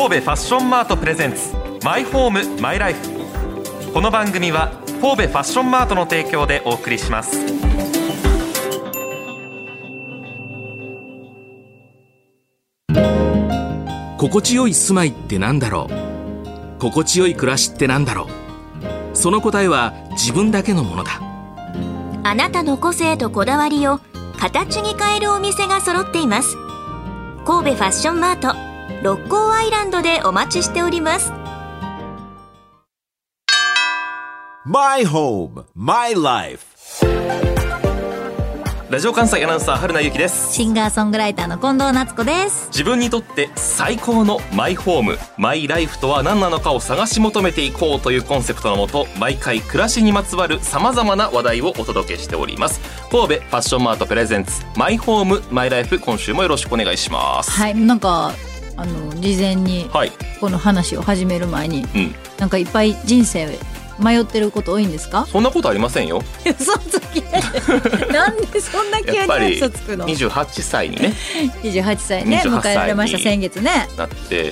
神戸ファッションマートプレゼンツマイホームマイライフ。この番組は神戸ファッションマートの提供でお送りします。 心地よい住まいってなんだろう、心地よい暮らしってなんだろう。その答えは自分だけのものだ。 あなたの個性とこだわりを形に変えるお店が揃っています。神戸ファッションマート六甲アイランドでお待ちしております。 My Home, My Life。 ラジオ関西アナウンサー春名由紀です。 シンガーソングライターの近藤夏子です。 自分にとって最高のマイホームマイライフとは何なのかを探し求めていこうというコンセプトのもと、毎回暮らしにまつわるさまざまな話題をお届けしております。神戸ファッションマートプレゼンツマイホームマイライフ、今週もよろしくお願いします。 はい、なんか事前にはい、 この話を始める前に、なんかいっぱい人生迷ってること多いんですか？ そんなことありませんよ。 嘘つきなんでそんな急に嘘つくの ？28歳にね 28歳ね迎えられました。先月ねなって、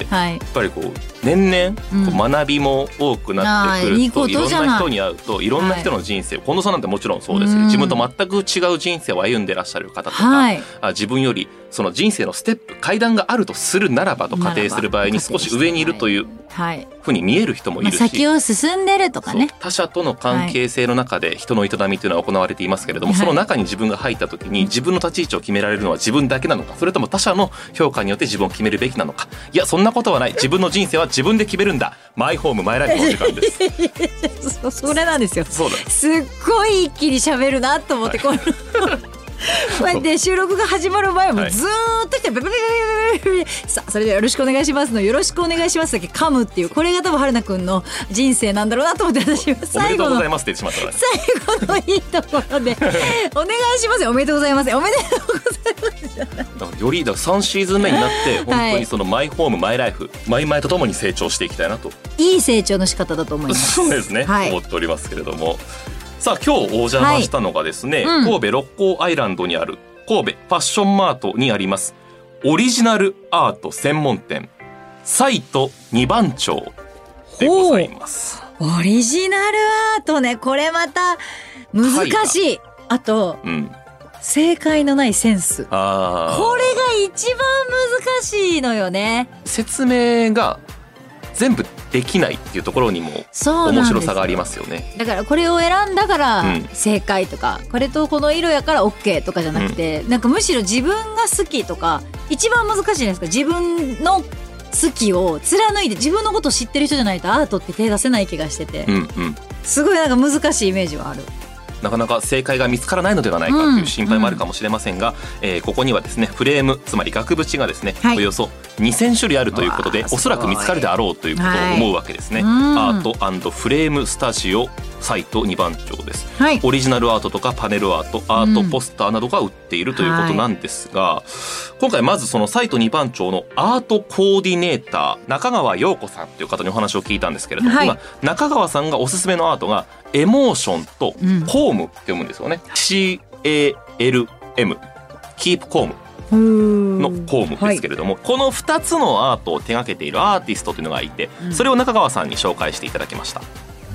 はい、 やっぱりこう年々こう学びも多くなってくると、いろんな人に会うといろんな人の人生、近藤さんなんてもちろんそうですけど、自分と全く違う人生を歩んでらっしゃる方とか、 はい、 自分よりその人生のステップ階段があるとするならばと仮定する場合に少し上にいるというふうに見える人もいるし、 先を進んでるとかね、 他者との関係性の中で人の営みというのは行われていますけれども、その中に自分が入った時に自分の立ち位置を決められるのは自分だけなのか、それとも他者の評価によって自分を決めるべきなのか。いや、そんなことはない。自分の人生は自分で決めるんだ。マイホームマイライフの時間ですそれなんですよ。 そうだ、 すっごい一気に喋るなと思って、こうやって収録が始まる前もずーっと来てベベベベベベベ、さあそれでよろしくお願いしますのよろしくお願いしますだけ噛むっていう、これが多分春菜くんの人生なんだろうなと思って、私はおめでとうございますって言ってしまったから、 最後のいいところでお願いしますよ。おめでとうございます、おめでとうございますだからより3シーズン目になって本当にそのマイホームマイライフ、マイマイとともに成長していきたいなと、 いい成長の仕方だと思います。 そうですね、 はい、 思っておりますけれども、さあ今日お邪魔したのがですね、神戸六甲アイランドにある神戸ファッションマートにありますオリジナルアート専門店サイト2番町でございます。 オリジナルアートね、これまた難しい。あと、正解のないセンス、これが一番難しいのよね。 説明が全部できないっていうところにも面白さがありますよね。 だからこれを選んだから正解とか、これとこの色やから OK とかじゃなくて、なんかむしろ自分が好きとか一番難しいじゃないですか。自分の好きを貫いて自分のことを知ってる人じゃないとアートって手出せない気がしてて、すごいなんか難しいイメージはある。 なかなか正解が見つからないのではないかという心配もあるかもしれませんが、ここにはですねフレーム、つまり額縁がですね、およそ2000種類あるということで、おそらく見つかるであろうということを思うわけですね。アート&フレームスタジオサイト2番町です。オリジナルアートとかパネルアート、アートポスターなどが売っているということなんですが、今回まずそのサイト2番町のアートコーディネーター中川陽子さんという方にお話を聞いたんですけれども、今中川さんがおすすめのアートがエモーションとコームって読むんですよね。CALM キープコームのコームですけれども、この2つのアートを手掛けているアーティストというのがいて、それを中川さんに紹介していただきました。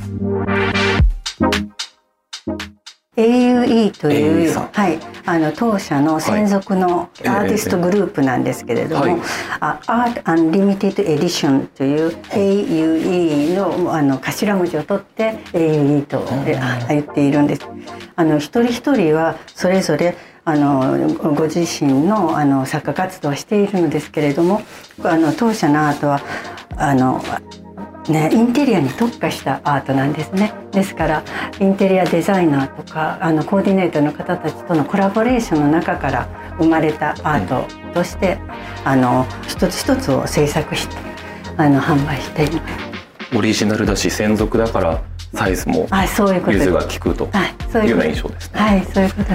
AUE という、当社の専属のアーティストグループなんですけれども、Art Unlimited Edition という AUE の頭文字を取って AUE と言っているんです。一人一人はそれぞれご自身の作家活動をしているのですけれども、当社のアートはインテリアに特化したアートなんですね。ですからインテリアデザイナーとかコーディネートの方たちとのコラボレーションの中から生まれたアートとして、一つ一つを制作して販売しています。 オリジナルだし専属だからサイズも融通が利くというような印象ですね。 はい、そういうことです。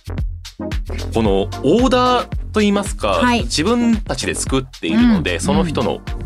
このオーダーといいますか、自分たちで作っているので、その人の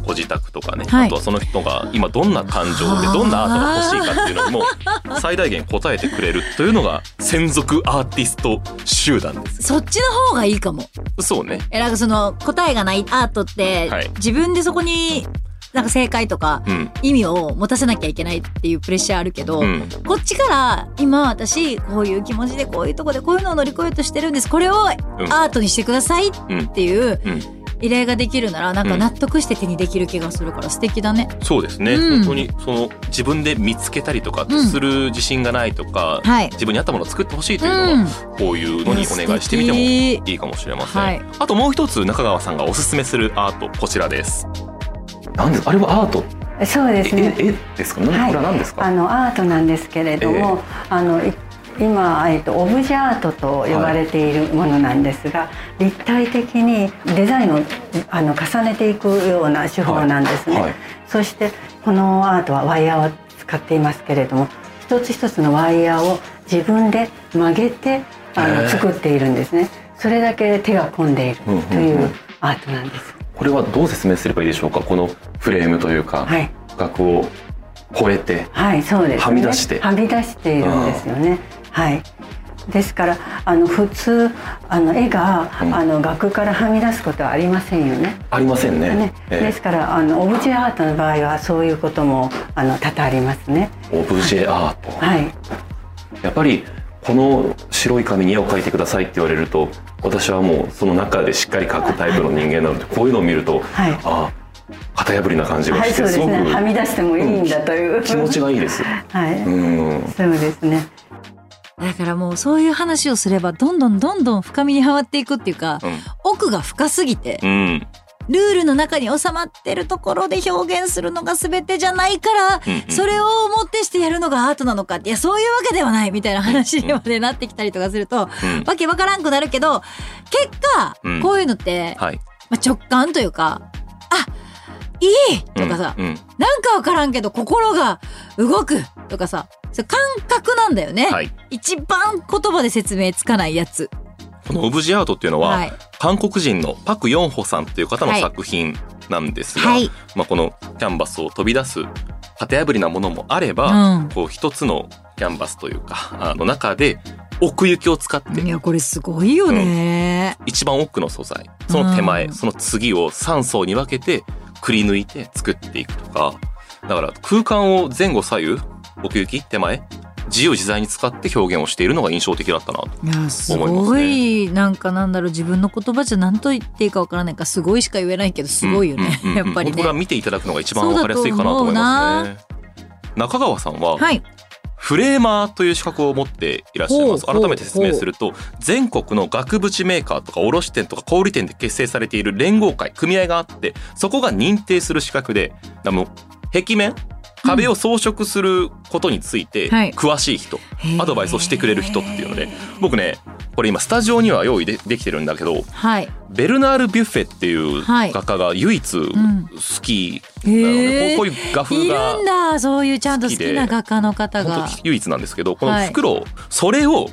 ご自宅とかね、 はい、 あとはその人が今どんな感情でどんなアートが欲しいかっていうのにも最大限答えてくれるというのが専属アーティスト集団です。 そっちの方がいいかも。 そうね。 なんかその答えがないアートって、はい、自分でそこになんか正解とか意味を持たせなきゃいけないっていうプレッシャーあるけど、こっちから今私こういう気持ちでこういうとこでこういうのを乗り越えようとしてるんです、これをアートにしてくださいっていう依頼ができるならなんか納得して手にできる気がするから素敵だね。 そうですね、本当にその自分で見つけたりとかする自信がないとか、自分に合ったものを作ってほしいというのは、こういうのにお願いしてみてもいいかもしれません。あともう一つ中川さんがおすすめするアート、こちらです。なんですあれはアート？ そうですね。 絵ですか？これは何ですか？ アートなんですけれども、今、オブジェアートと呼ばれているものなんですが、立体的にデザインを重ねていくような手法なんですね。そしてこのアートはワイヤーを使っていますけれども、一つ一つのワイヤーを自分で曲げて作っているんですね。それだけ手が込んでいるというアートなんです。 これはどう説明すればいいでしょうか。このフレームというか、額を超えて、 そうですね、 はみ出しているんですよね。ですから普通絵が額からはみ出すことはありませんよね。 ありませんね。 ですからオブジェアートの場合はそういうことも多々ありますね。 オブジェアート、やっぱりこの白い紙に絵を描いてくださいって言われると、私はもうその中でしっかり描くタイプの人間なので、こういうのを見ると、型破りな感じがして、すごくはみ出してもいいんだという気持ちがいいです。 そうですね。 だからもうそういう話をすればどんどん深みにはまっていくっていうか、奥が深すぎて、ルールの中に収まってるところで表現するのが全てじゃないから、それをもってしてやるのがアートなのかって、いやそういうわけではないみたいな話にまでなってきたりとかすると、わけわからんくなるけど、結果こういうのって、直感というか、いいとかさ、なんかわからんけど心が動くとかさ、それ感覚なんだよね。一番言葉で説明つかないやつ。 このオブジェアートっていうのは、韓国人のパク・ヨンホさんという方の作品なんですが、このキャンバスを飛び出す型破りなものもあれば、こう一つのキャンバスというか中で奥行きを使って、 いやこれすごいよね、 一番奥の素材、その手前、その次を3層に分けてくり抜いて作っていくとか、だから空間を前後左右、奥行き、手前、自由自在に使って表現をしているのが印象的だったなと思いますね。 すごい、なんかなんだろう、自分の言葉じゃ何と言っていいかわからないから、すごいしか言えないけどすごいよね、やっぱりね。 これは見ていただくのが一番わかりやすいかなと思いますね。中川さんは、フレーマーという資格を持っていらっしゃいます。改めて説明すると、全国の額縁メーカーとか卸店とか小売店で結成されている連合会、組合があって、そこが認定する資格で、壁面、壁を装飾することについて詳しい人、アドバイスをしてくれる人っていうので、僕ね、これ今スタジオには用意 できてるんだけど、ベルナール・ビュッフェっていう画家が唯一好きなので、こういう画風がいるんだ、そういうちゃんと好きな画家の方が唯一なんですけど、この袋、それを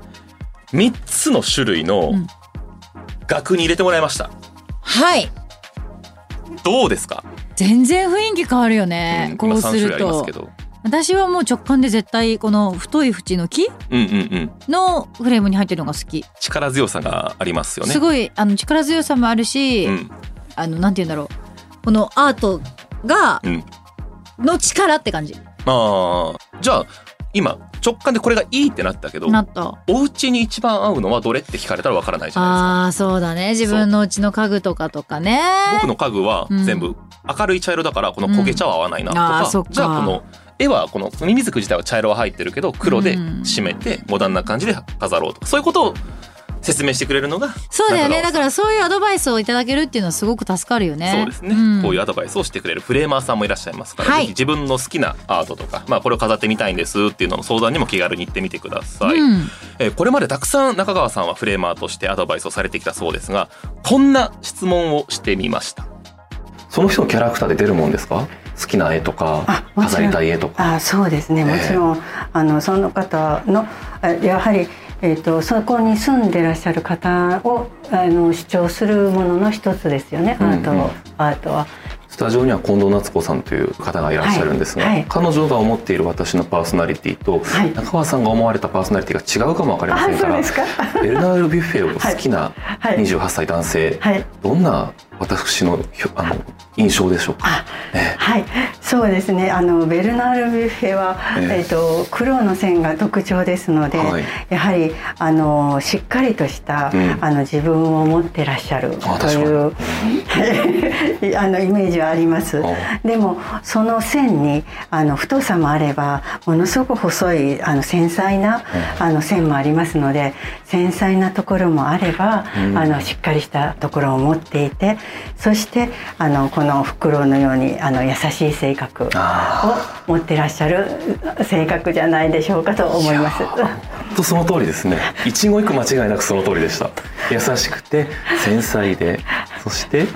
3つの種類の額に入れてもらいました。どうですか？ 全然雰囲気変わるよね、こうすると。私はもう直感で絶対この太い縁の木のフレームに入ってるのが好き。 力強さがありますよね。 すごい力強さもあるし、なんて言うんだろう、このアートが、の力って感じ。じゃあ今直感でこれがいいってなったけど、お家に一番合うのはどれって聞かれたらわからないじゃないですか。 そうだね、自分の家の家具とかね。 僕の家具は全部明るい茶色だから、この焦げ茶は合わないなとか、じゃあこの絵はこのミミズク自体は茶色は入ってるけど黒で締めてモダンな感じで飾ろうとか、そういうことを説明してくれるのが。 そうだよね。だからそういうアドバイスをいただけるっていうのはすごく助かるよね。 そうですね、こういうアドバイスをしてくれるフレーマーさんもいらっしゃいますから、ぜひ自分の好きなアートとか、これを飾ってみたいんですっていうのの相談にも気軽に行ってみてください。これまでたくさん中川さんはフレーマーとしてアドバイスをされてきたそうですが、こんな質問をしてみました。その人のキャラクターで出るもんですか？好きな絵とか飾りたい絵とか。 そうですね、もちろんその方のやはりそこに住んでらっしゃる方を主張するものの一つですよね、アートは。 スタジオには近藤夏子さんという方がいらっしゃるんですが、彼女が思っている私のパーソナリティと、中川さんが思われたパーソナリティが違うかもわかりませんから、ベルナール・ビュッフェを好きな28歳男性、どんな私の印象でしょうか。 はい、そうですね。ベルナール・ビュッフェは、黒の線が特徴ですので、やはりしっかりとした、自分を持ってらっしゃるというイメージはあります。でもその線に太さもあればものすごく細い繊細な線もありますので、繊細なところもあれば、しっかりしたところを持っていて、そしてこのフクロウのように優しい性格を持ってらっしゃる性格じゃないでしょうかと思います。 本当その通りですね。一語一句間違いなくその通りでした。優しくて繊細で、そして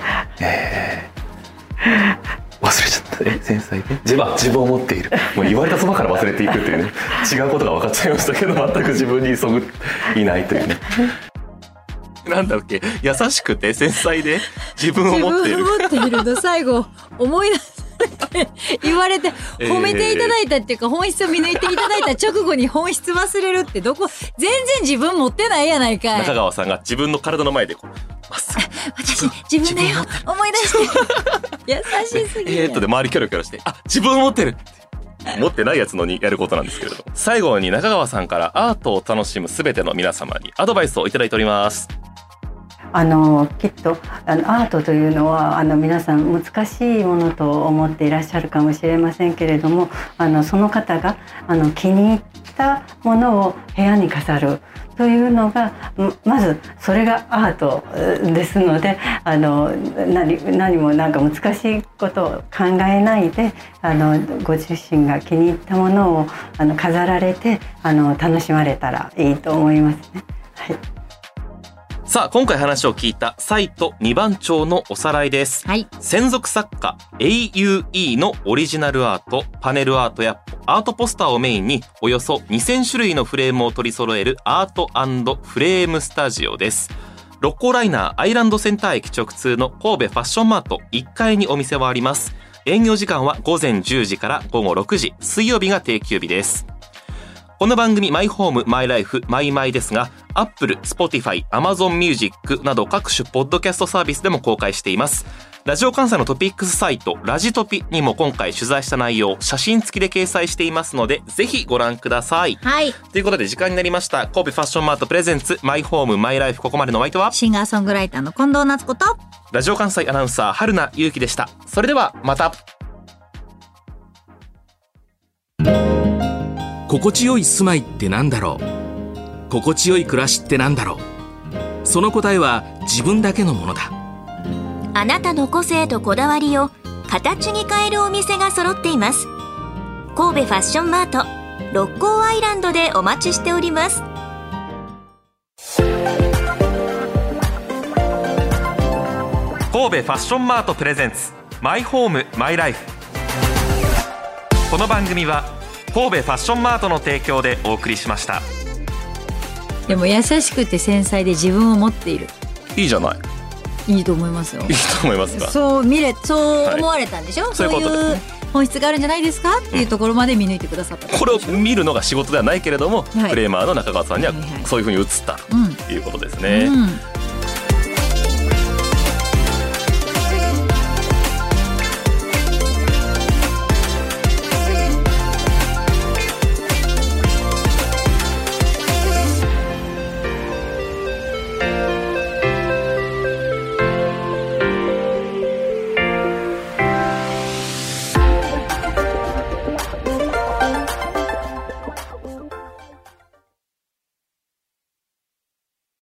忘れちゃったね。繊細で自分を持っている。もう言われたそばから忘れていくというね、違うことが分かっちゃいましたけど、全く自分に急ぐいないというね。なんだっけ、優しくて繊細で自分を持っている。 自分を持っているの最後思い出すって言われて褒めていただいたっていうか、本質を見抜いていただいた直後に本質忘れるって全然自分持ってないやないかい。 中川さんが自分の体の前でこうまっすぐ私自分だよ思い出して優しすぎる。 で周りキョロキョロして、自分を持ってる持ってないやつのにやることなんですけれども、最後に中川さんからアートを楽しむすべての皆様にアドバイスをいただいております。 きっとアートというのは皆さん難しいものと思っていらっしゃるかもしれませんけれども、その方が気に入ったものを部屋に飾るというのがまずそれがアートですので、何もなんか難しいことを考えないでご自身が気に入ったものを飾られて楽しまれたらいいと思いますね。はい。 さあ今回話を聞いたサイト2番町のおさらいです、専属作家 AUE のオリジナルアート、パネルアートやアートポスターをメインにおよそ2000種類のフレームを取り揃えるアート&フレームスタジオです。六甲ライナーアイランドセンター駅直通の神戸ファッションマート1階にお店はあります。営業時間は午前10時から午後6時、水曜日が定休日です。この番組マイホームマイライフマイマイですが、Apple、Spotify、Amazon Music など各種ポッドキャストサービスでも公開しています。ラジオ関西のトピックスサイトラジトピにも今回取材した内容写真付きで掲載していますので、ぜひご覧ください。ということで時間になりました。神戸ファッションマートプレゼンツマイホームマイライフ、ここまでのお相手はシンガーソングライターの近藤夏子とラジオ関西アナウンサー春名優希でした。それではまた。 心地よい住まいってなんだろう。心地よい暮らしってなんだろう。その答えは自分だけのものだ。 あなたの個性とこだわりを形に変えるお店が揃っています。神戸ファッションマート六甲アイランドでお待ちしております。 神戸ファッションマートプレゼンツマイホームマイライフ。この番組は神戸ファッションマートの提供でお送りしました。 でも優しくて繊細で自分を持っている。 いいじゃない。 いいと思いますよ。 いいと思いますか。 そう思われたんでしょ、そういう本質があるんじゃないですかっていうところまで見抜いてくださった、 これを見るのが仕事ではないけれども、フレーマーの中川さんにはそういうふうに映ったということですね。